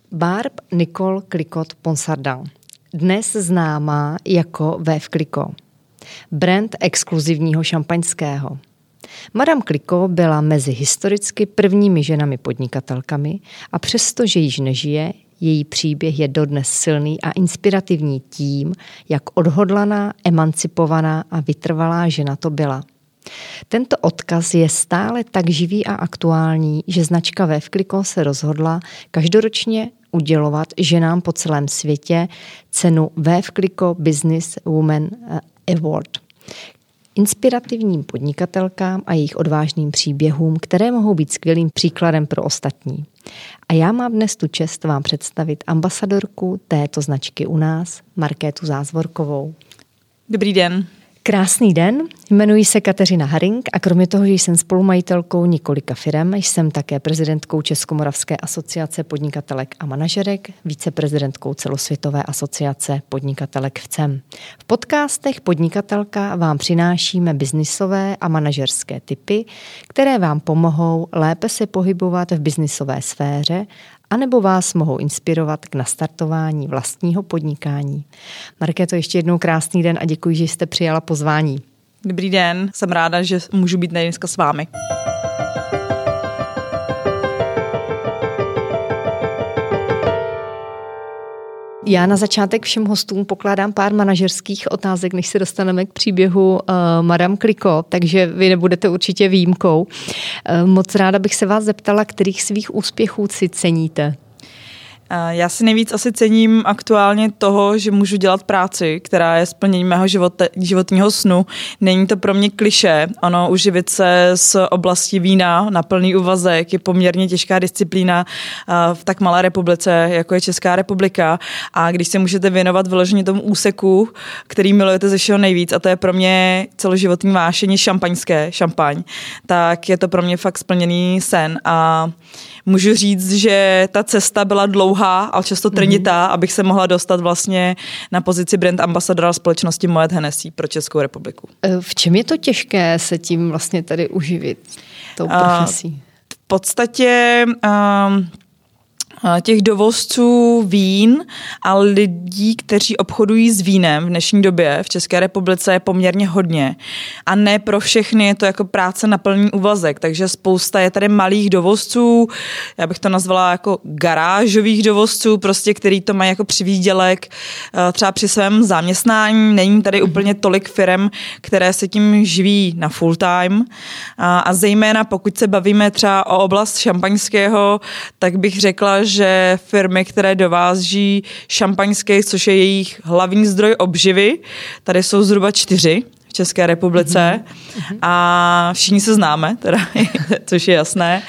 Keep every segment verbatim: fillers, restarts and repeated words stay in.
Barb Nicole Clicquot Ponsardin, dnes známá jako Veuve Clicquot, brand exkluzivního šampaňského. Madame Clicquot byla mezi historicky prvními ženami podnikatelkami a přestože již nežije, její příběh je dodnes silný a inspirativní tím, jak odhodlaná, emancipovaná a vytrvalá žena to byla. Tento odkaz je stále tak živý a aktuální, že značka Veuve Clicquot se rozhodla každoročně udělovat ženám po celém světě cenu Veuve Clicquot Business Woman Award. Inspirativním podnikatelkám a jejich odvážným příběhům, které mohou být skvělým příkladem pro ostatní. A já mám dnes tu čest vám představit ambasadorku této značky u nás, Markétu Zázvorkovou. Dobrý den. Krásný den, jmenuji se Kateřina Haring a kromě toho, že jsem spolumajitelkou několika firem, jsem také prezidentkou Českomoravské asociace podnikatelek a manažerek, viceprezidentkou celosvětové asociace podnikatelek v C E M. V podcastech Podnikatelka vám přinášíme biznisové a manažerské tipy, které vám pomohou lépe se pohybovat v biznisové sféře anebo vás mohou inspirovat k nastartování vlastního podnikání. Markéto, ještě jednou krásný den a děkuji, že jste přijala pozvání. Dobrý den, jsem ráda, že můžu být dneska s vámi. Já na začátek všem hostům pokládám pár manažerských otázek, než se dostaneme k příběhu uh, Madame Clicquot, takže vy nebudete určitě výjimkou. Uh, moc ráda bych se vás zeptala, kterých svých úspěchů si ceníte. Já si nejvíc asi cením aktuálně toho, že můžu dělat práci, která je splněním mého živote, životního snu. Není to pro mě klišé. Ono uživit se z oblasti vína na plný úvazek je poměrně těžká disciplína v tak malé republice, jako je Česká republika. A když se můžete věnovat vyloženě tomu úseku, který milujete ze všeho nejvíc, a to je pro mě celoživotní vášení šampaňské, šampaň, tak je to pro mě fakt splněný sen. A můžu říct, že ta cesta byla dlouhá, ale často trnitá, mm-hmm. abych se mohla dostat vlastně na pozici brand ambasadora společnosti Moet Hennessy pro Českou republiku. V čem je to těžké se tím vlastně tady uživit, tou profesí? Uh, v podstatě Uh, těch dovozců vín a lidí, kteří obchodují s vínem v dnešní době v České republice je poměrně hodně. A ne pro všechny je to jako práce na plný úvazek, takže spousta je tady malých dovozců, já bych to nazvala jako garážových dovozců, prostě, který to mají jako přivýdělek třeba při svém zaměstnání. Není tady úplně tolik firem, které se tím živí na full time. A, a zejména pokud se bavíme třeba o oblast šampaňského, tak bych řekla, že firmy, které dováží šampaňské, což je jejich hlavní zdroj obživy, tady jsou zhruba čtyři v České republice mm-hmm. a všichni se známe, teda, což je jasné.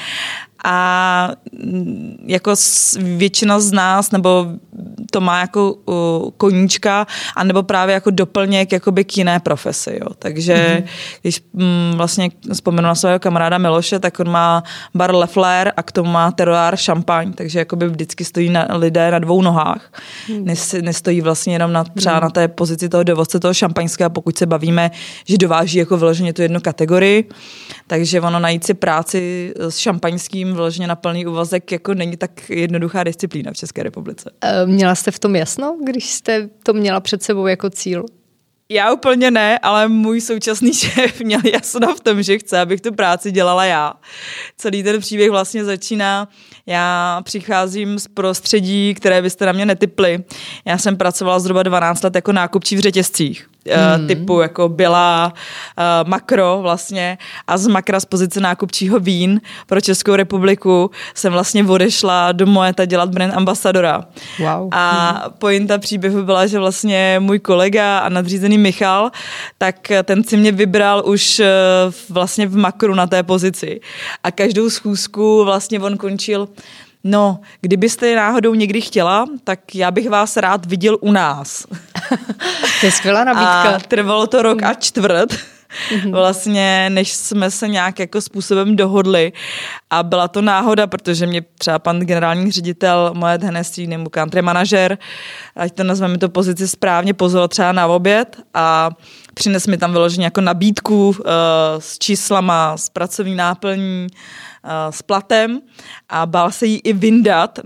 A jako většina z nás, nebo to má jako uh, koníčka, anebo právě jako doplněk jakoby k jiné profesi. Jo. Takže mm-hmm. když mm, vlastně vzpomenu na svého kamaráda Miloše, tak on má bar Le Flair a k tomu má Terroir šampaň, takže jakoby vždycky stojí na, lidé na dvou nohách. Mm. Nes, nestojí vlastně jenom na, třeba mm. na té pozici toho dovozce toho šampaňského, pokud se bavíme, že dováží jako vyloženě tu jednu kategorii. Takže ono najít si práci s šampaňským vyloženě na plný úvazek jako není tak jednoduchá disciplína v České republice. Měla jste v tom jasno, když jste to měla před sebou jako cíl? Já úplně ne, ale můj současný šéf měl jasno v tom, že chce, abych tu práci dělala já. Celý ten příběh vlastně začíná, já přicházím z prostředí, které byste na mě netipli. Já jsem pracovala zhruba dvanáct let jako nákupčí v řetězcích. Hmm. Typu jako Billa, uh, Makro vlastně a z Makra z pozice nákupčího vín pro Českou republiku jsem vlastně odešla do Moeta dělat brand ambasadora. Wow. A hmm. pointa příběhu byla, že vlastně můj kolega a nadřízený Michal, tak ten si mě vybral už uh, vlastně v Makru na té pozici. A každou schůzku vlastně on končil: no, kdybyste náhodou někdy chtěla, tak já bych vás rád viděl u nás. To je skvělá nabídka. A trvalo to rok a čtvrt, vlastně, než jsme se nějak jako způsobem dohodli. A byla to náhoda, protože mě třeba pan generální ředitel Moet Hennessy nebo country manažer, ať to nazveme to pozici správně, pozval třeba na oběd a přines mi tam vyloženě jako nabídku uh, s číslama, s pracovní náplní, uh, s platem a bál se jí i vyndat na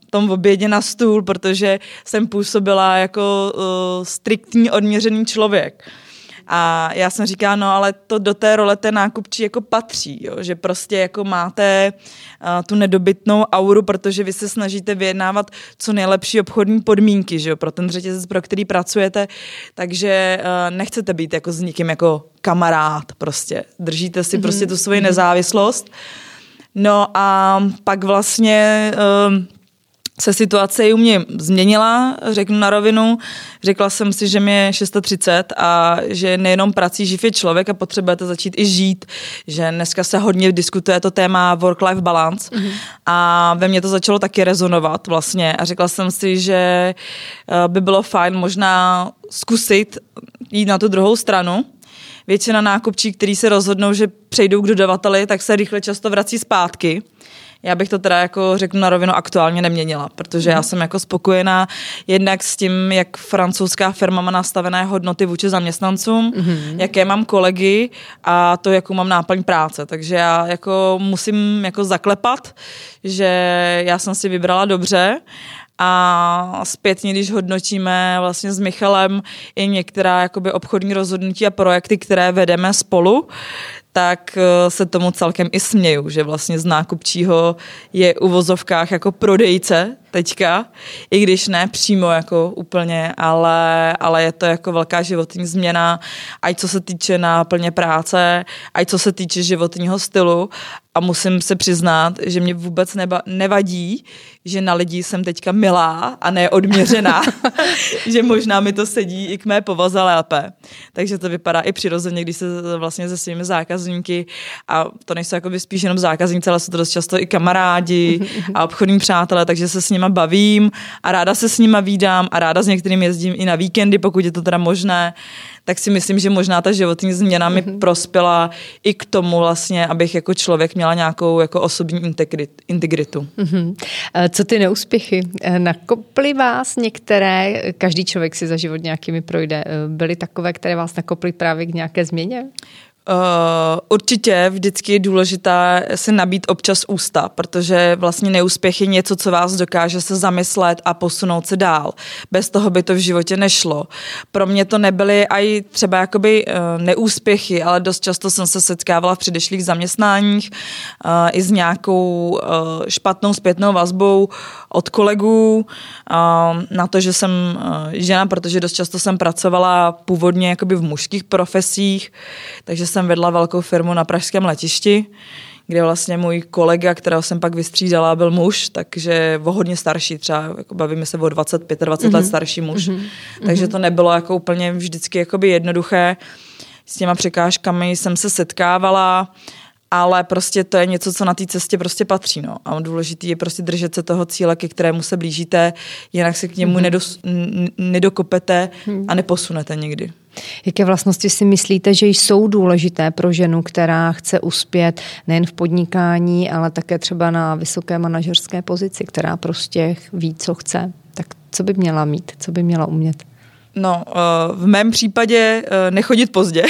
tom obědě na stůl, protože jsem působila jako uh, striktní odměřený člověk. A já jsem říkala, no ale to do té role té nákupčí jako patří, jo? Že prostě jako máte uh, tu nedobytnou auru, protože vy se snažíte vyjednávat co nejlepší obchodní podmínky, že jo? Pro ten řetězec, pro který pracujete, takže uh, nechcete být jako s nikým jako kamarád prostě. Držíte si mm-hmm. prostě tu svoji nezávislost. No a pak vlastně... Uh, se situace i u mě změnila, řeknu na rovinu. Řekla jsem si, že mi je třicet šest a že nejenom prací živ je člověk a potřebujete začít i žít. Že dneska se hodně diskutuje to téma work-life balance mm-hmm. a ve mně to začalo taky rezonovat vlastně a řekla jsem si, že by bylo fajn možná zkusit jít na tu druhou stranu. Většina nákupčí, kteří se rozhodnou, že přejdou k dodavateli, tak se rychle často vrací zpátky. Já bych to teda jako řeknu na rovinu aktuálně neměnila, protože já jsem jako spokojená jednak s tím, jak francouzská firma má nastavené hodnoty vůči zaměstnancům, mm-hmm. jaké mám kolegy a to, jakou mám náplň práce. Takže já jako musím jako zaklepat, že já jsem si vybrala dobře. A zpětně, když hodnotíme vlastně s Michalem i některá jakoby obchodní rozhodnutí a projekty, které vedeme spolu, tak se tomu celkem i směju, že vlastně z nákupčího je u vozovkách jako prodejce teďka, i když ne přímo jako úplně, ale, ale je to jako velká životní změna, ať co se týče náplně práce, ať co se týče životního stylu a musím se přiznat, že mě vůbec neba, nevadí, že na lidi jsem teďka milá a ne odměřená, že možná mi to sedí i k mé povaze lépe. Takže to vypadá i přirozeně, když se vlastně se svými zákazníky, a to nejsou jako spíš jenom zákazníci, ale jsou to dost často i kamarádi a obchodní přátelé, takže se s nima bavím a ráda se s nima vídám a ráda s některým jezdím i na víkendy, pokud je to teda možné, tak si myslím, že možná ta životní změna mi mm-hmm. prospěla i k tomu vlastně, abych jako člověk měla nějakou jako osobní integritu. Mm-hmm. Co ty neúspěchy? Nakoply vás některé, každý člověk si za život nějakými projde, byly takové, které vás nakoply právě k nějaké změně? Uh, určitě vždycky je důležité si nabít občas ústa, protože vlastně neúspěch je něco, co vás dokáže se zamyslet a posunout se dál. Bez toho by to v životě nešlo. Pro mě to nebyly i třeba jakoby uh, neúspěchy, ale dost často jsem se setkávala v předešlých zaměstnáních uh, i s nějakou uh, špatnou zpětnou vazbou od kolegů uh, na to, že jsem uh, žena, protože dost často jsem pracovala původně jakoby v mužských profesích, takže jsem vedla velkou firmu na pražském letišti, kde vlastně můj kolega, kterého jsem pak vystřídala, byl muž, takže o hodně starší, třeba jako bavíme se o dvacet pět dvacet mm-hmm. let starší muž. Mm-hmm. Takže to nebylo jako úplně vždycky jakoby jednoduché. S těma překážkami jsem se setkávala, ale prostě to je něco, co na té cestě prostě patří. No. A důležitý je prostě držet se toho cíle, ke kterému se blížíte, jinak se k němu mm-hmm. nedos, n- nedokopete a neposunete nikdy. Jaké vlastnosti si myslíte, že jsou důležité pro ženu, která chce uspět nejen v podnikání, ale také třeba na vysoké manažerské pozici, která prostě ví, co chce? Tak co by měla mít, co by měla umět? No, v mém případě nechodit pozdě.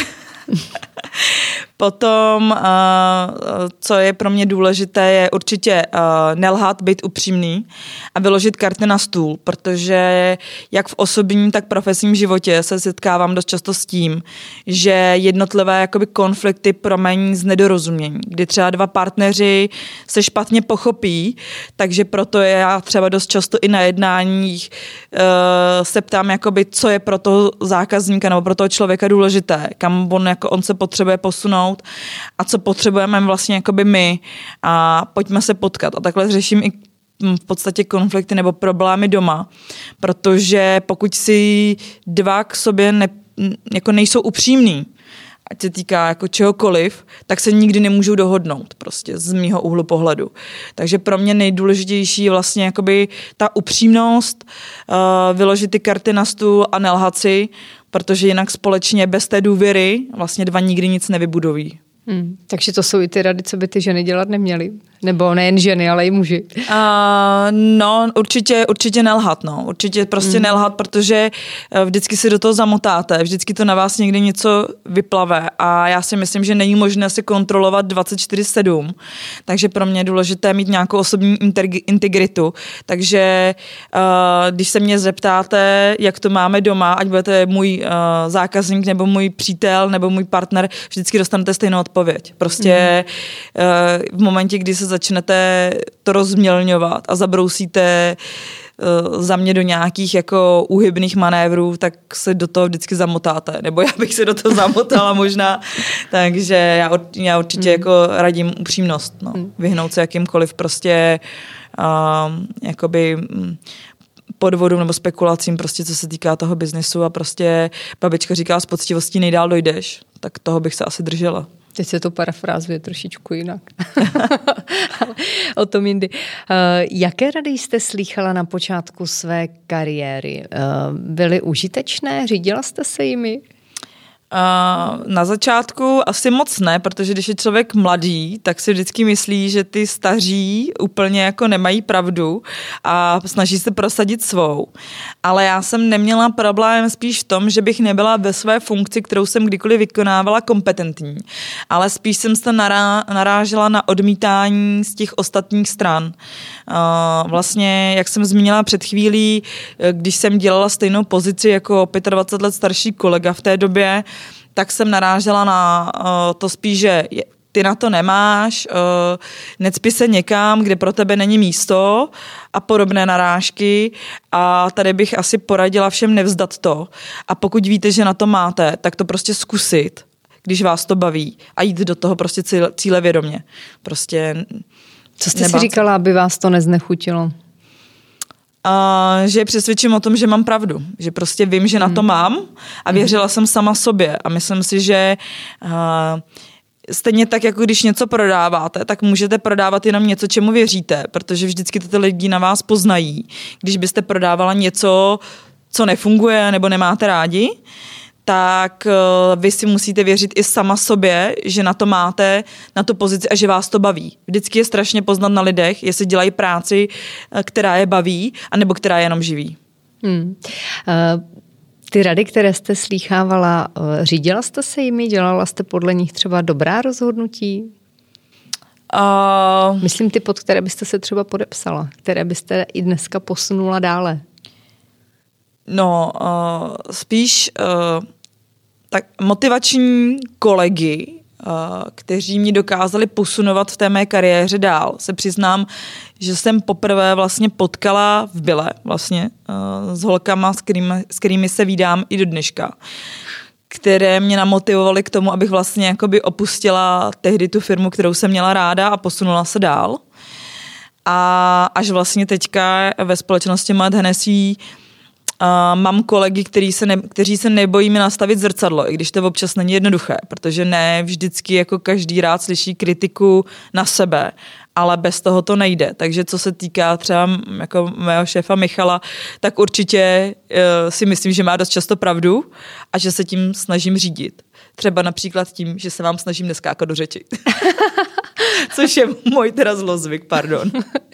Potom, co je pro mě důležité, je určitě nelhat, být upřímný a vyložit karty na stůl, protože jak v osobním, tak profesním životě se setkávám dost často s tím, že jednotlivé jakoby konflikty pramení z nedorozumění, kdy třeba dva partneři se špatně pochopí, takže proto je já třeba dost často i na jednáních se ptám, jakoby, co je pro toho zákazníka nebo pro toho člověka důležité, kam on, jako on se potřebuje posunout a co potřebujeme vlastně jakoby my a pojďme se potkat. A takhle řeším i v podstatě konflikty nebo problémy doma, protože pokud si dva k sobě ne, jako nejsou upřímní, ať se týká jako čehokoliv, tak se nikdy nemůžou dohodnout prostě z mýho úhlu pohledu. Takže pro mě nejdůležitější je vlastně jakoby ta upřímnost, uh, vyložit ty karty na stůl a nelhat si, protože jinak společně bez té důvěry vlastně dva nikdy nic nevybudují. Hmm. Takže to jsou i ty rady, co by ty ženy dělat neměly. Nebo nejen ženy, ale i muži. Uh, no, určitě, určitě nelhat, no. Určitě prostě mm. nelhat, protože vždycky si do toho zamotáte, vždycky to na vás někdy něco vyplave a já si myslím, že není možné si kontrolovat dvacet čtyři sedm, takže pro mě je důležité mít nějakou osobní integritu, takže uh, když se mě zeptáte, jak to máme doma, ať budete můj uh, zákazník nebo můj přítel nebo můj partner, vždycky dostanete stejnou odpověď. Prostě mm. uh, v momentě, kdy se začnete to rozmělňovat a zabrousíte uh, za mě do nějakých jako úhybných manévrů, tak se do toho vždycky zamotáte. Nebo já bych se do toho zamotala možná. Takže já, já určitě mm. jako radím upřímnost. No. Mm. Vyhnout se jakýmkoliv prostě uh, jakoby podvodům nebo spekulacím, prostě co se týká toho biznesu a prostě babička říká, s poctivostí nejdál dojdeš. Tak toho bych se asi držela. Teď se to parafrázuje trošičku jinak. O tom jindy. Uh, jaké rady jste slýchala na počátku své kariéry? Uh, byly užitečné? Řídila jste se jimi? Uh, na začátku asi moc ne, protože když je člověk mladý, tak si vždycky myslí, že ty staří úplně jako nemají pravdu a snaží se prosadit svou. Ale já jsem neměla problém spíš v tom, že bych nebyla ve své funkci, kterou jsem kdykoliv vykonávala, kompetentní. Ale spíš jsem se nará, narážela na odmítání z těch ostatních stran. Uh, vlastně, jak jsem zmínila před chvílí, když jsem dělala stejnou pozici jako dvacet pět let starší kolega v té době, tak jsem narážela na uh, to spíš, že ty na to nemáš, uh, necpi se někam, kde pro tebe není místo a podobné narážky a tady bych asi poradila všem nevzdat to a pokud víte, že na to máte, tak to prostě zkusit, když vás to baví a jít do toho prostě cíle, cíle vědomě. Prostě co jste nebát. Si říkala, aby vás to neznechutilo? Uh, že přesvědčím o tom, že mám pravdu. Že prostě vím, že na to mám a věřila jsem sama sobě. A myslím si, že uh, stejně tak, jako když něco prodáváte, tak můžete prodávat jenom něco, čemu věříte, protože vždycky to ty lidi na vás poznají. Když byste prodávala něco, co nefunguje nebo nemáte rádi, tak vy si musíte věřit i sama sobě, že na to máte, na tu pozici a že vás to baví. Vždycky je strašně poznat na lidech, jestli dělají práci, která je baví, anebo která je jenom živí. Hmm. Uh, ty rady, které jste slýchávala, řídila jste se jimi? Dělala jste podle nich třeba dobrá rozhodnutí? Uh, Myslím ty, pod které byste se třeba podepsala, které byste i dneska posunula dále. No, uh, spíš uh, tak motivační kolegy, uh, kteří mě dokázali posunovat v té mé kariéře dál. Se přiznám, že jsem poprvé vlastně potkala v Bile vlastně uh, s holkama, s kterými, s kterými se vídám i do dneška, které mě namotivovaly k tomu, abych vlastně jakoby opustila tehdy tu firmu, kterou jsem měla ráda a posunula se dál. A až vlastně teďka ve společnosti Moet Hennessy Uh, mám kolegy, který se ne, kteří se nebojí mi nastavit zrcadlo, i když to občas není jednoduché, protože ne vždycky jako každý rád slyší kritiku na sebe, ale bez toho to nejde. Takže co se týká třeba jako mého šéfa Michala, tak určitě uh, si myslím, že má dost často pravdu a že se tím snažím řídit. Třeba například tím, že se vám snažím neskákat do řeči. Což je můj teda zlozvyk, pardon.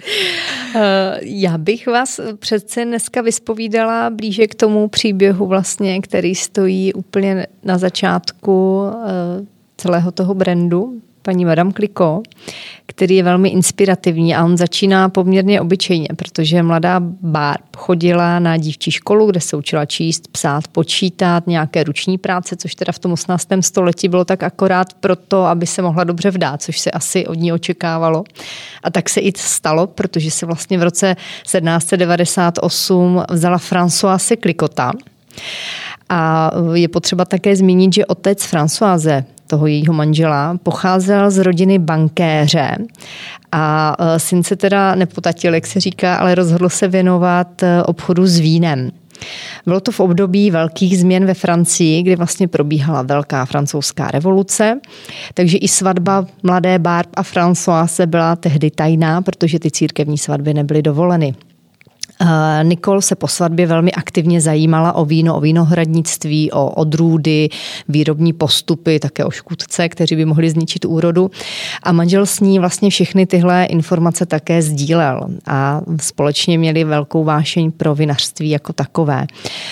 Já bych vás přece dneska vyspovídala blíže k tomu příběhu vlastně, který stojí úplně na začátku celého toho brandu, paní Madame Clicquot, který je velmi inspirativní a on začíná poměrně obyčejně, protože mladá Barb chodila na dívčí školu, kde se učila číst, psát, počítat, nějaké ruční práce, což teda v tom osmnáctém století bylo tak akorát proto, aby se mohla dobře vdát, což se asi od ní očekávalo. A tak se i stalo, protože se vlastně v roce sedmnáct set devadesát osm vzala Françoise Cliquota. A je potřeba také zmínit, že otec Françoise, toho jejího manžela, pocházel z rodiny bankéře a syn se teda nepotatil, jak se říká, ale rozhodl se věnovat obchodu s vínem. Bylo to v období velkých změn ve Francii, kdy vlastně probíhala velká francouzská revoluce, takže i svatba mladé Barb a Françoise byla tehdy tajná, protože ty církevní svatby nebyly dovoleny. Nicole se po svatbě velmi aktivně zajímala o víno, o vínohradnictví, o odrůdy, výrobní postupy, také o škůdce, kteří by mohli zničit úrodu. A manžel s ní vlastně všechny tyhle informace také sdílel a společně měli velkou vášeň pro vinařství jako takové.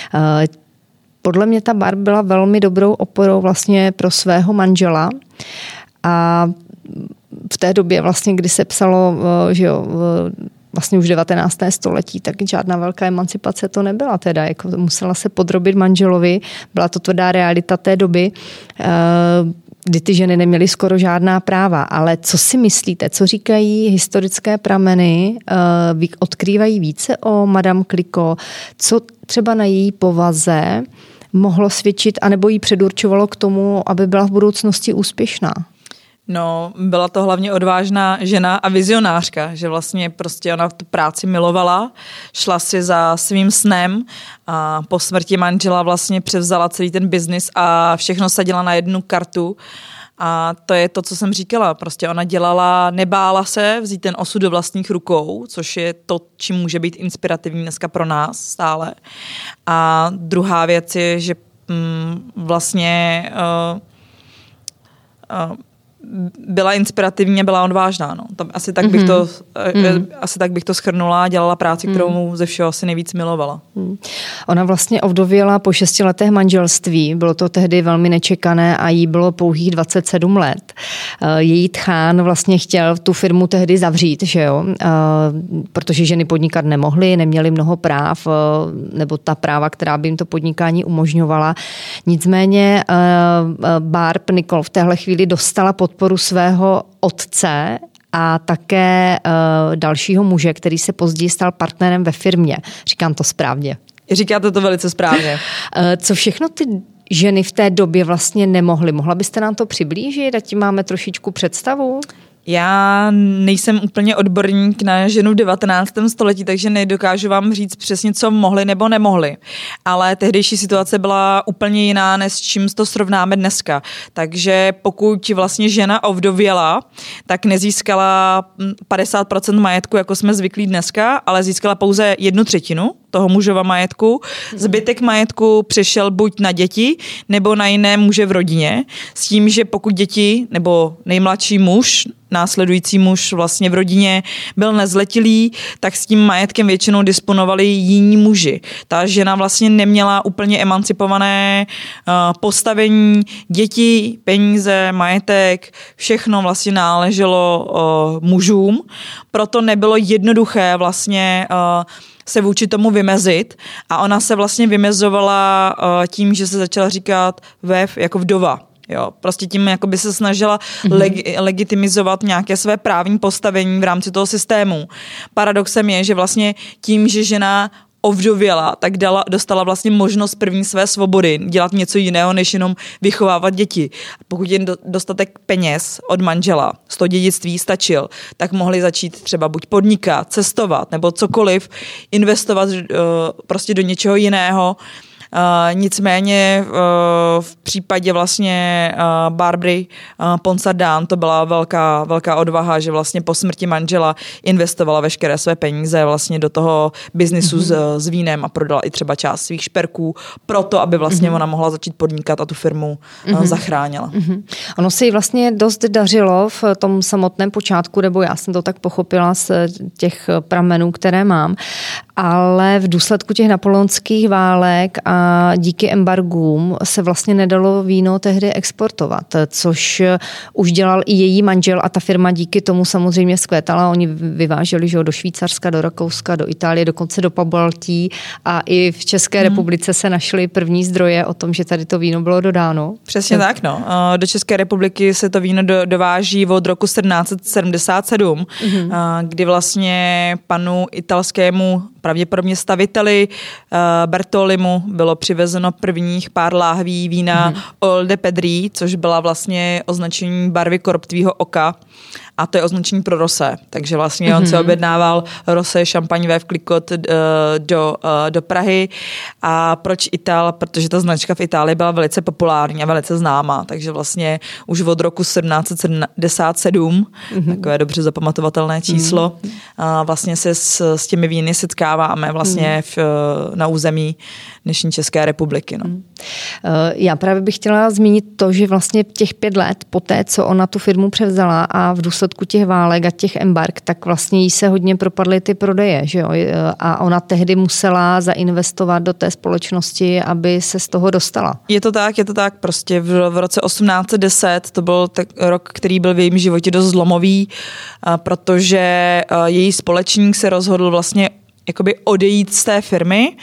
Podle mě ta Barb byla velmi dobrou oporou vlastně pro svého manžela a v té době vlastně, kdy se psalo, že jo, vlastně už devatenáctého století, tak žádná velká emancipace to nebyla teda, jako musela se podrobit manželovi, byla to tvrdá realita té doby, kdy ty ženy neměly skoro žádná práva, ale co si myslíte, co říkají historické prameny, odkrývají více o Madame Clicquot, co třeba na její povaze mohlo svědčit, anebo jí předurčovalo k tomu, aby byla v budoucnosti úspěšná? No, byla to hlavně odvážná žena a vizionářka, že vlastně prostě ona tu práci milovala, šla si za svým snem a po smrti manžela vlastně převzala celý ten biznis a všechno sadila na jednu kartu. A to je to, co jsem říkala. Prostě ona dělala, nebála se vzít ten osud do vlastních rukou, což je to, čím může být inspirativní dneska pro nás stále. A druhá věc je, že mm, vlastně uh, uh, byla inspirativní, byla odvážná. No. Tam asi, tak bych mm-hmm. to, mm. asi tak bych to shrnula a dělala práci, kterou mu ze všeho asi nejvíc milovala. Mm. Ona vlastně ovdověla po šesti letech manželství. Bylo to tehdy velmi nečekané a jí bylo pouhých dvacet sedm let. Její tchán vlastně chtěl tu firmu tehdy zavřít, že jo? Protože ženy podnikat nemohly, neměly mnoho práv, nebo ta práva, která by jim to podnikání umožňovala. Nicméně Barb Nicole v téhle chvíli dostala pod podporu svého otce a také uh, dalšího muže, který se později stal partnerem ve firmě. Říkám to správně. Říkáte to velice správně. uh, co všechno ty ženy v té době vlastně nemohly? Mohla byste nám to přiblížit? Ať máme trošičku představu? Já nejsem úplně odborník na ženu v devatenáctém století, takže nedokážu vám říct přesně, co mohli nebo nemohli. Ale tehdejší situace byla úplně jiná, než s čím to srovnáme dneska. Takže pokud vlastně žena ovdověla, tak nezískala padesát procent majetku, jako jsme zvyklí dneska, ale získala pouze jednu třetinu toho mužova majetku. Zbytek majetku přešel buď na děti, nebo na jiné muže v rodině, s tím, že pokud děti nebo nejmladší muž, následující muž vlastně v rodině byl nezletilý, tak s tím majetkem většinou disponovali jiní muži. Ta žena vlastně neměla úplně emancipované uh, postavení, děti, peníze, majetek, všechno vlastně náleželo uh, mužům, proto nebylo jednoduché vlastně uh, se vůči tomu vymezit a ona se vlastně vymezovala uh, tím, že se začala říkat vev jako vdova. Jo, prostě tím jako by se snažila mm-hmm. leg- legitimizovat nějaké své právní postavení v rámci toho systému. Paradoxem je, že vlastně tím, že žena ovdověla, tak dala, dostala vlastně možnost první své svobody, dělat něco jiného, než jenom vychovávat děti. Pokud jen do, dostatek peněz od manžela z toho dědictví stačil, tak mohli začít třeba buď podnikat, cestovat, nebo cokoliv, investovat uh, prostě do něčeho jiného. Uh, nicméně uh, v případě vlastně uh, Barbary uh, Ponsardin to byla velká, velká odvaha, že vlastně po smrti manžela investovala veškeré své peníze vlastně do toho biznisu mm-hmm. s, s vínem a prodala i třeba část svých šperků proto, aby vlastně mm-hmm. ona mohla začít podnikat a tu firmu uh, mm-hmm. zachránila. Mm-hmm. Ono se jí vlastně dost dařilo v tom samotném počátku, nebo já jsem to tak pochopila z těch pramenů, které mám, ale v důsledku těch napoleonských válek a díky embargům se vlastně nedalo víno tehdy exportovat, což už dělal i její manžel a ta firma díky tomu samozřejmě zkvétala. Oni vyváželi že, do Švýcarska, do Rakouska, do Itálie, dokonce do Pobaltí a i v České hmm. republice se našly první zdroje o tom, že tady to víno bylo dodáno. Přesně tak, no. Do České republiky se to víno do, dováží od roku sedmnáct set sedmdesát sedm, hmm. kdy vlastně panu italskému pravděpodobně staviteli uh, Bertolimu bylo přivezeno prvních pár láhví vína mm-hmm. Old de Pedri, což byla vlastně označení barvy koroptvýho oka. a to je označení pro Rosé. Takže vlastně mm-hmm. on se objednával Rosé šampaň Veuve Clicquot uh, do, uh, do Prahy. A proč Ital? Protože ta značka v Itálii byla velice populární a velice známá, takže vlastně už od roku sedmnáct set sedmdesát sedm, mm-hmm. takové dobře zapamatovatelné číslo, mm-hmm. a vlastně se s, s těmi víny setkáváme vlastně v, na území dnešní České republiky. No. Já právě bych chtěla zmínit to, že vlastně těch pět let poté, co ona tu firmu převzala a v důsledku těch válek a těch embark, tak vlastně jí se hodně propadly ty prodeje, že jo? A ona tehdy musela zainvestovat do té společnosti, aby se z toho dostala. Je to tak, je to tak. Prostě v, v roce osmnáct set deset to byl tak rok, který byl v jejím životě dost zlomový, protože její společník se rozhodl vlastně jakoby odejít z té firmy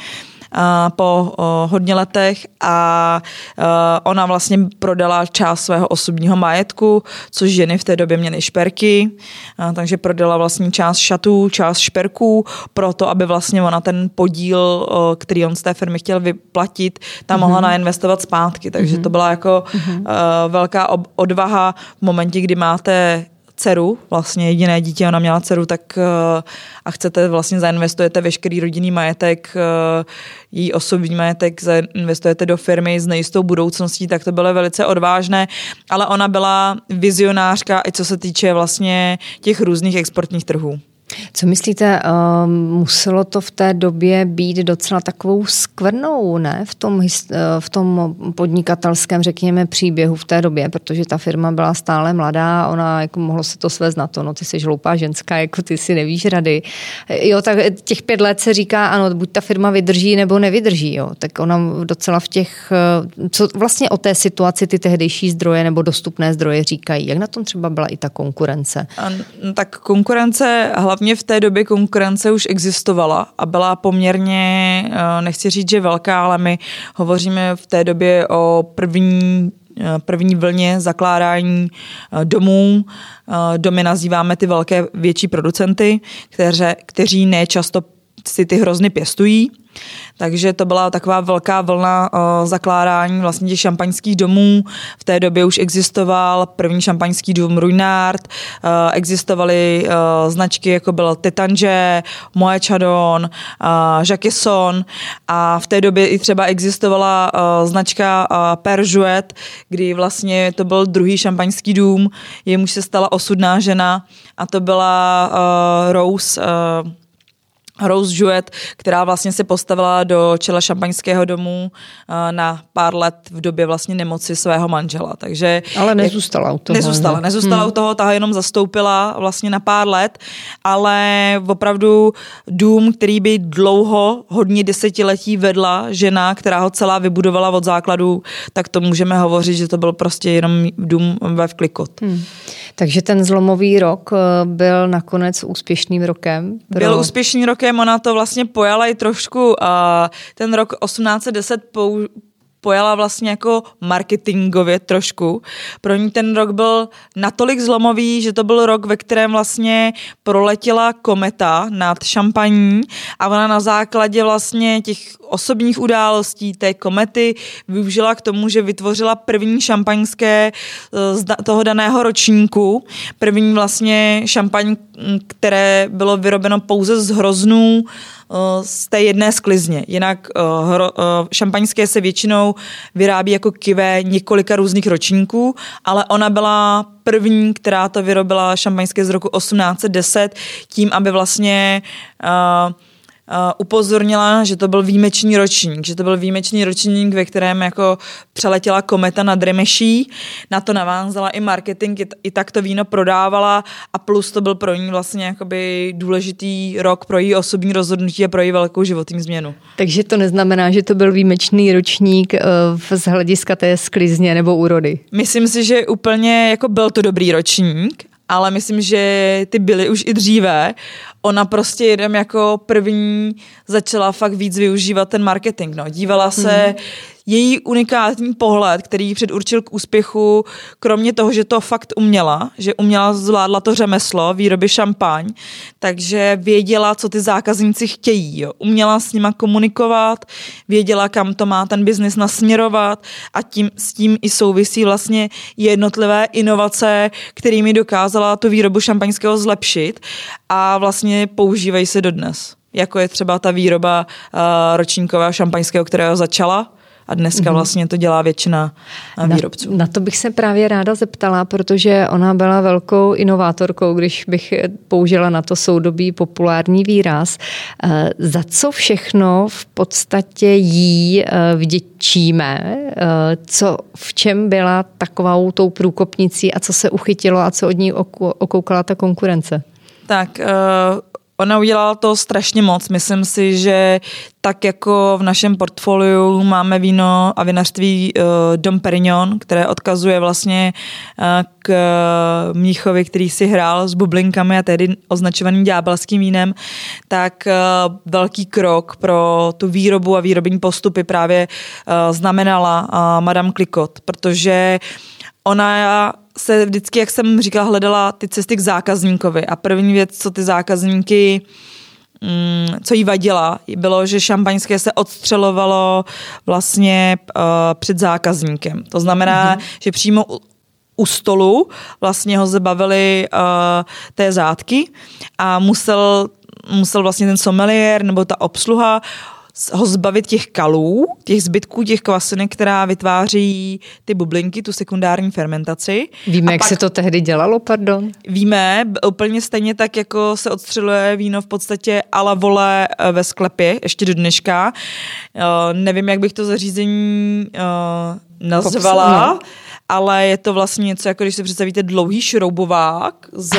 po hodně letech a ona vlastně prodala část svého osobního majetku, což ženy v té době měly šperky, takže prodala vlastně část šatů, část šperků, proto aby vlastně ona ten podíl, který on z té firmy chtěl vyplatit, tam mohla mm-hmm. nainvestovat zpátky, takže mm-hmm. to byla jako mm-hmm. velká odvaha v momentě, kdy máte dceru, vlastně jediné dítě, ona měla dceru, tak a chcete vlastně zainvestujete veškerý rodinný majetek, její osobní majetek, zainvestujete do firmy s nejistou budoucností, tak to bylo velice odvážné, ale ona byla vizionářka i co se týče vlastně těch různých exportních trhů. Co myslíte, muselo to v té době být docela takovou skvrnou, ne? V tom, v tom podnikatelském, řekněme, příběhu v té době, protože ta firma byla stále mladá, ona jako mohlo se to svést na to, no ty jsi hloupá ženská, jako ty si nevíš rady. Jo, tak těch pět let se říká, ano, buď ta firma vydrží nebo nevydrží, jo. Tak ona docela v těch, co vlastně o té situaci ty tehdejší zdroje nebo dostupné zdroje říkají. Jak na tom třeba byla i ta konkurence? A, tak konkurence, hlavně v té době konkurence už existovala a byla poměrně, nechci říct, že velká, ale my hovoříme v té době o první první vlně zakládání domů. Domy nazýváme ty velké větší producenty, kteře, kteří nečasto si ty hrozny pěstují. Takže to byla taková velká vlna uh, zakládání vlastně těch šampaňských domů. V té době už existoval první šampaňský dům Ruinart, uh, existovaly uh, značky jako byl Tétanger, Moët Chandon, uh, Jacquesson a v té době i třeba existovala uh, značka uh, Père Jouet, kdy vlastně to byl druhý šampaňský dům, jemuž se stala osudná žena a to byla uh, Rose uh, Rose Jouet, která vlastně se postavila do čela šampaňského domu na pár let v době vlastně nemoci svého manžela. Takže ale nezůstala u toho. Nezůstala, ne? nezůstala hmm. u toho, ta jenom zastoupila vlastně na pár let, ale opravdu dům, který by dlouho, hodně desetiletí vedla žena, která ho celá vybudovala od základu, tak to můžeme hovořit, že to byl prostě jenom dům Veuve Clicquot. Hmm. Takže ten zlomový rok byl nakonec úspěšným rokem? Pro... Byl úspěšným rokem, ona to vlastně pojala i trošku, a ten rok osmnáct set deset pou, pojala vlastně jako marketingově trošku. Pro ní ten rok byl natolik zlomový, že to byl rok, ve kterém vlastně proletěla kometa nad Šampaní a ona na základě vlastně těch osobních událostí té komety využila k tomu, že vytvořila první šampaňské z toho daného ročníku. První vlastně šampaň, které bylo vyrobeno pouze z hroznů z té jedné sklizně. Jinak hro, šampaňské se většinou vyrábí jako kivé několika různých ročníků, ale ona byla první, která to vyrobila šampaňské z roku osmnáct set deset tím, aby vlastně uh, Uh, upozornila, že to byl výjimečný ročník, že to byl výjimečný ročník, ve kterém jako přeletěla kometa nad Remeší, na to navázala i marketing, i, i tak to víno prodávala a plus to byl pro ní vlastně jakoby důležitý rok pro její osobní rozhodnutí a pro její velkou životní změnu. Takže to neznamená, že to byl výjimečný ročník uh, z hlediska té sklizně nebo úrody? Myslím si, že úplně jako byl to dobrý ročník, ale myslím, že ty byly už i dříve. Ona prostě jedem jako první začala fakt víc využívat ten marketing. No. Dívala se, hmm. její unikátní pohled, který ji předurčil k úspěchu, kromě toho, že to fakt uměla, že uměla, zvládla to řemeslo, výroby šampaň, takže věděla, co ty zákazníci chtějí. Jo. Uměla s nima komunikovat, věděla, kam to má ten biznis nasměrovat a tím, s tím i souvisí vlastně jednotlivé inovace, kterými dokázala tu výrobu šampaňského zlepšit a vlastně používají se dodnes. Jako je třeba ta výroba uh, ročníkového šampaňského, kterého začala a dneska vlastně to dělá většina výrobců. Na, na to bych se právě ráda zeptala, protože ona byla velkou inovátorkou, když bych použila na to soudobý populární výraz. Za co všechno v podstatě jí vděčíme? Co, v čem byla takovou tou průkopnicí a co se uchytilo a co od ní okoukala ta konkurence? Tak... Uh... Ona udělala to strašně moc. Myslím si, že tak jako v našem portfoliu máme víno a vinařství uh, Dom Perignon, které odkazuje vlastně uh, k Mnichovi, který si hrál s bublinkami a tedy označovaným ďábelským vínem, tak uh, velký krok pro tu výrobu a výrobní postupy právě uh, znamenala uh, Madame Clicquot, protože ona se vždycky, jak jsem říkala, hledala ty cesty k zákazníkovi a první věc, co ty zákazníky, mm, co jí vadila, bylo, že šampaňské se odstřelovalo vlastně uh, před zákazníkem. To znamená, mm-hmm. že přímo u, u stolu vlastně ho zbavili uh, té zátky a musel, musel vlastně ten sommelier nebo ta obsluha ho zbavit těch kalů, těch zbytků, těch kvasinek, která vytváří ty bublinky, tu sekundární fermentaci. Víme, a jak se to tehdy dělalo, pardon? Víme, úplně stejně tak, jako se odstřeluje víno v podstatě à la vole ve sklepě, ještě do dneška. Uh, nevím, jak bych to zařízení uh, nazvala, no. Ale je to vlastně něco, jako když si představíte dlouhý šroubovák z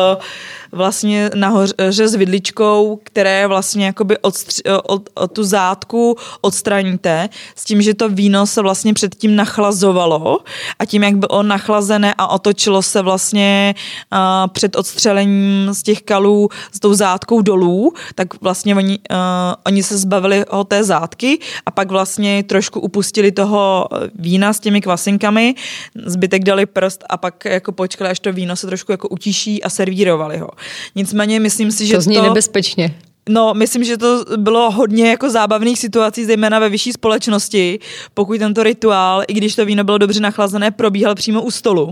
vlastně nahoře s vidličkou, které vlastně jakoby odstři- od, od tu zátku odstraníte, s tím, že to víno se vlastně předtím nachlazovalo a tím, jak bylo nachlazené a otočilo se vlastně uh, před odstřelením z těch kalů s tou zátkou dolů, tak vlastně oni, uh, oni se zbavili o té zátky a pak vlastně trošku upustili toho vína s těmi kvasinkami, zbytek dali prst a pak jako počkali, až to víno se trošku jako utiší a servírovali ho. Nicméně myslím si, že to... To zní nebezpečně. No, myslím, že to bylo hodně jako zábavných situací, zejména ve vyšší společnosti, pokud tento rituál, i když to víno bylo dobře nachlazené, probíhal přímo u stolu.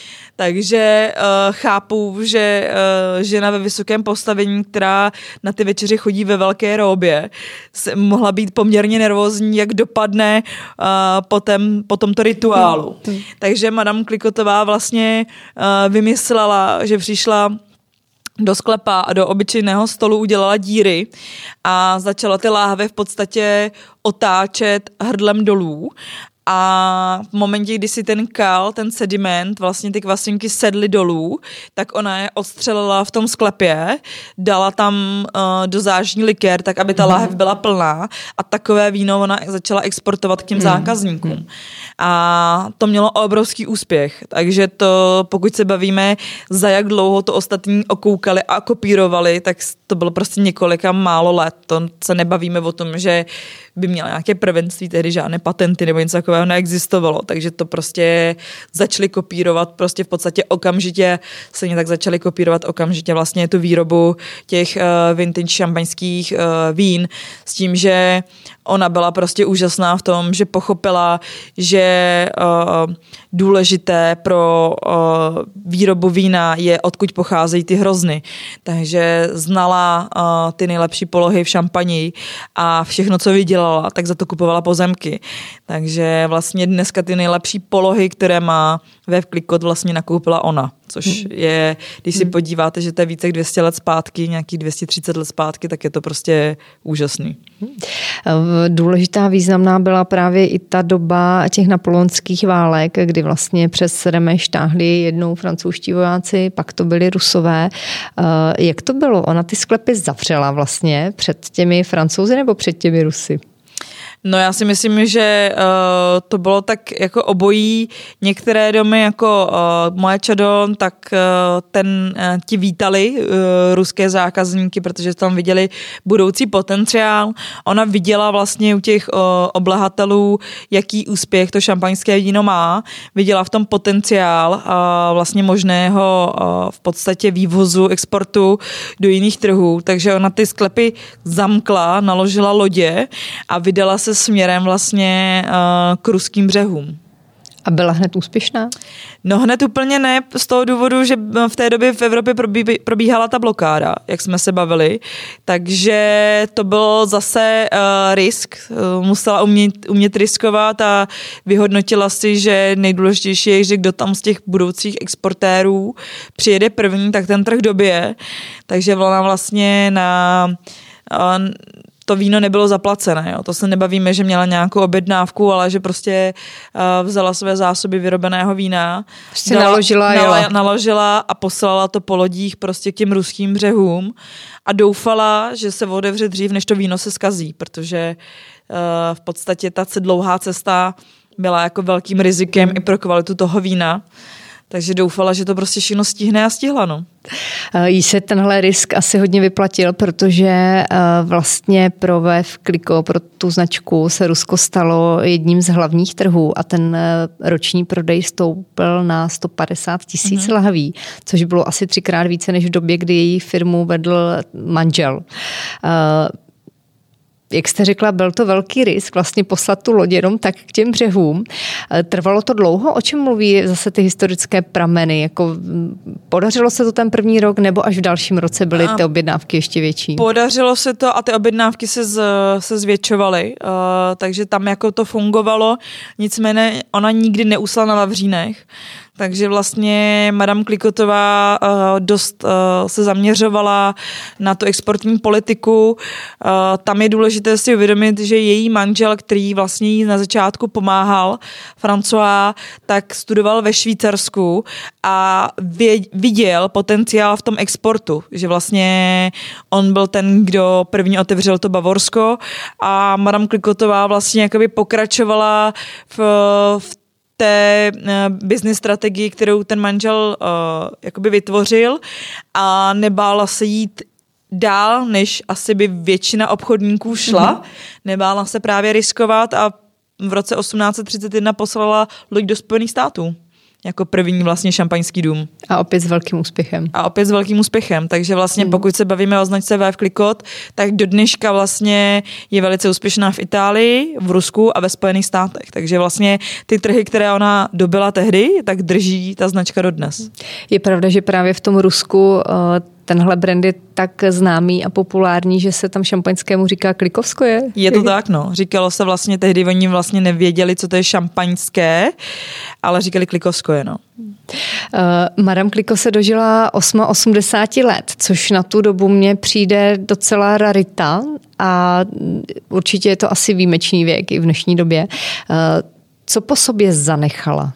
Takže uh, chápu, že uh, žena ve vysokém postavení, která na ty večeře chodí ve velké róbě, se mohla být poměrně nervózní, jak dopadne uh, potom, po tomto rituálu. Hmm. Takže Madame Clicquotová vlastně uh, vymyslela, že přišla do sklepa a do obyčejného stolu udělala díry a začala ty láhve v podstatě otáčet hrdlem dolů. A v momentě, kdy si ten kal, ten sediment, vlastně ty kvasinky sedly dolů, tak ona je odstřelila v tom sklepě, dala tam uh, do zážní likér, tak aby ta láhev byla plná a takové víno ona začala exportovat k těm zákazníkům. A to mělo obrovský úspěch, takže to, pokud se bavíme, za jak dlouho to ostatní okoukali a kopírovali, tak to bylo prostě několika málo let. To se nebavíme o tom, že by měla nějaké prvenství, tehdy žádné patenty nebo něco takového neexistovalo, takže to prostě začali kopírovat prostě v podstatě okamžitě, stejně tak začali kopírovat okamžitě vlastně tu výrobu těch uh, vintage šampaňských uh, vín s tím, že ona byla prostě úžasná v tom, že pochopila, že uh, důležité pro uh, výrobu vína je, odkud pocházejí ty hrozny. Takže znala uh, ty nejlepší polohy v šampani a všechno, co vydělala, tak za to kupovala pozemky. Takže vlastně dneska ty nejlepší polohy, které má Veuve Clicquot, vlastně nakoupila ona. Což je, když si podíváte, že to je více jak dvě stě let zpátky, nějakých dvě stě třicet let zpátky, tak je to prostě úžasný. Důležitá, významná byla právě i ta doba těch napoleonských válek, kdy vlastně přes Remeš táhli jednou francouzští vojáci, pak to byli Rusové. Jak to bylo? Ona ty sklepy zavřela vlastně před těmi Francouzi nebo před těmi Rusy? No já si myslím, že uh, to bylo tak jako obojí. Některé domy jako uh, Moje Chadon, tak uh, ten uh, ti vítali uh, ruské zákazníky, protože tam viděli budoucí potenciál. Ona viděla vlastně u těch uh, oblehatelů, jaký úspěch to šampaňské víno má. Viděla v tom potenciál uh, vlastně možného uh, v podstatě vývozu, exportu do jiných trhů. Takže ona ty sklepy zamkla, naložila lodě a vydala se směrem vlastně uh, k ruským břehům. A byla hned úspěšná? No hned úplně ne, z toho důvodu, že v té době v Evropě probí, probíhala ta blokáda, jak jsme se bavili, takže to byl zase uh, risk, uh, musela umět, umět riskovat a vyhodnotila si, že nejdůležitější je, že kdo tam z těch budoucích exportérů přijede první, tak ten trh dobije, takže ona vlastně na... Uh, to víno nebylo zaplacené. Jo. To se nebavíme, že měla nějakou objednávku, ale že prostě uh, vzala své zásoby vyrobeného vína. Prostě dala, naložila, nala, jo. naložila a poslala to po lodích prostě k těm ruským břehům a doufala, že se otevře dřív, než to víno se skazí, protože uh, v podstatě ta dlouhá cesta byla jako velkým rizikem i pro kvalitu toho vína. Takže doufala, že to prostě všechno stihne a stihla, no. Jí se tenhle risk asi hodně vyplatil, protože vlastně pro Veuve Clicquot, pro tu značku se Rusko stalo jedním z hlavních trhů a ten roční prodej stoupl na sto padesát tisíc mm-hmm. lahví, což bylo asi třikrát více než v době, kdy její firmu vedl manžel. Jak jste řekla, byl to velký risk vlastně poslat tu loď jenom tak k těm břehům. Trvalo to dlouho? O čem mluví zase ty historické prameny? Jako podařilo se to ten první rok, nebo až v dalším roce byly ty objednávky ještě větší? Podařilo se to a ty objednávky se, z, se zvětšovaly, uh, takže tam jako to fungovalo. Nicméně ona nikdy neusla na vavřínech. Takže vlastně Madame Clicquotová uh, dost uh, se zaměřovala na tu exportní politiku. Uh, tam je důležité si uvědomit, že její manžel, který vlastně jí na začátku pomáhal, François, tak studoval ve Švýcarsku a viděl potenciál v tom exportu, že vlastně on byl ten, kdo první otevřel to Bavorsko a Madame Clicquotová vlastně jakoby pokračovala v, v té uh, business strategii, kterou ten manžel uh, jakoby vytvořil a nebála se jít dál, než asi by většina obchodníků šla. Mm-hmm. Nebála se právě riskovat a v roce osmnáct set třicet jedna poslala loď do Spojených států. Jako první vlastně šampaňský dům. A opět s velkým úspěchem. A opět s velkým úspěchem. Takže vlastně hmm. pokud se bavíme o značce Veuve Clicquot, tak do dneška vlastně je velice úspěšná v Itálii, v Rusku a ve Spojených státech. Takže vlastně ty trhy, které ona dobyla tehdy, tak drží ta značka dodnes. Je pravda, že právě v tom Rusku tenhle brand je tak známý a populární, že se tam šampaňskému říká Klikovskoje? Je to tak, no. Říkalo se vlastně tehdy, oni vlastně nevěděli, co to je šampaňské, ale říkali Klikovskoje, no. Uh, Madame Clicquot se dožila osmdesát osm let, což na tu dobu mně přijde docela rarita a určitě je to asi výjimečný věk i v dnešní době. Uh, co po sobě zanechala?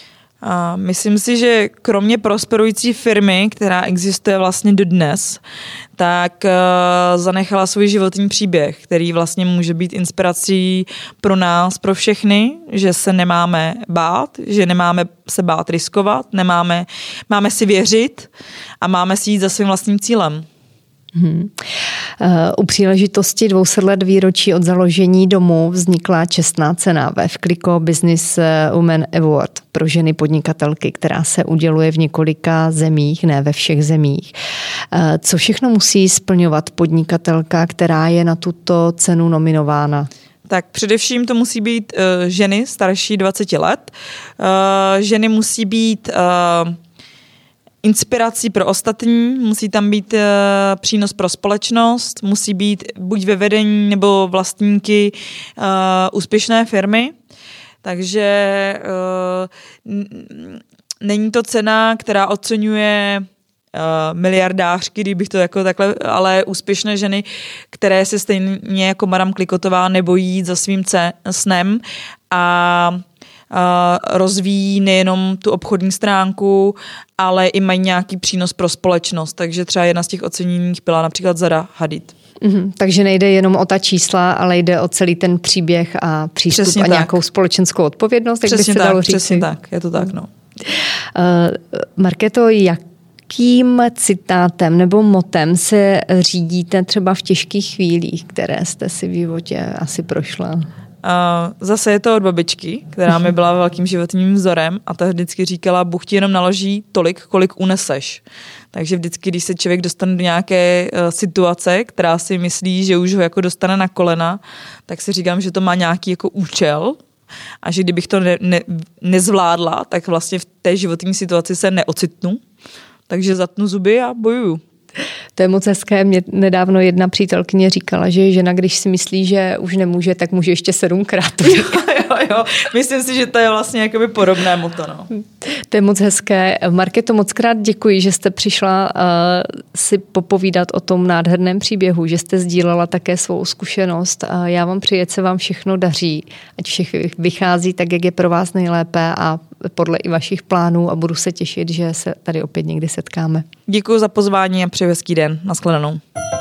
A myslím si, že kromě prosperující firmy, která existuje vlastně dodnes, tak uh, zanechala svůj životní příběh, který vlastně může být inspirací pro nás, pro všechny, že se nemáme bát, že nemáme se bát riskovat, nemáme, máme si věřit a máme si jít za svým vlastním cílem. Hmm. U příležitosti dvou set let výročí od založení domu vznikla čestná cena Veuve Clicquot Business Women Award pro ženy podnikatelky, která se uděluje v několika zemích, ne ve všech zemích. Co všechno musí splňovat podnikatelka, která je na tuto cenu nominována? Tak především to musí být uh, ženy starší dvacet let. Uh, ženy musí být uh, inspirací pro ostatní, musí tam být uh, přínos pro společnost, musí být buď ve vedení nebo vlastníky uh, úspěšné firmy. Takže uh, n- není to cena, která oceňuje Uh, miliardářky, kdybych to jako takhle, ale úspěšné ženy, které se stejně jako Madame Clicquotová nebojí jít za svým ce- snem a uh, rozvíjí nejenom tu obchodní stránku, ale i mají nějaký přínos pro společnost. Takže třeba jedna z těch oceněních byla například Zaha Hadid. Mm, takže nejde jenom o ta čísla, ale jde o celý ten příběh a přístup Přesně a tak. nějakou společenskou odpovědnost, jak by se tak, dalo říct. Přesně tak, je to tak, no. Uh, Markéto, jakým citátem nebo motem se řídíte třeba v těžkých chvílích, které jste si v životě asi prošla? Uh, zase je to od babičky, která mi byla velkým životním vzorem a ta vždycky říkala, Bůh ti jenom naloží tolik, kolik uneseš. Takže vždycky, když se člověk dostane do nějaké uh, situace, která si myslí, že už ho jako dostane na kolena, tak si říkám, že to má nějaký jako účel a že kdybych to ne, ne, nezvládla, tak vlastně v té životní situaci se neocitnu. Takže zatnu zuby a bojuju. To je moc hezké. Mě nedávno jedna přítelkyně říkala, že žena, když si myslí, že už nemůže, tak může ještě sedmkrát. Jo, jo, jo. Myslím si, že to je vlastně jakoby podobné moto. No. To je moc hezké. Markéto, moc krát děkuji, že jste přišla uh, si popovídat o tom nádherném příběhu, že jste sdílela také svou zkušenost. Uh, já vám přeji, ať se vám všechno daří, ať všech vychází tak, jak je pro vás nejlépe a podle i vašich plánů a budu se těšit, že se tady opět někdy setkáme. Děkuji za pozvání a přeji hezký den. Nashledanou.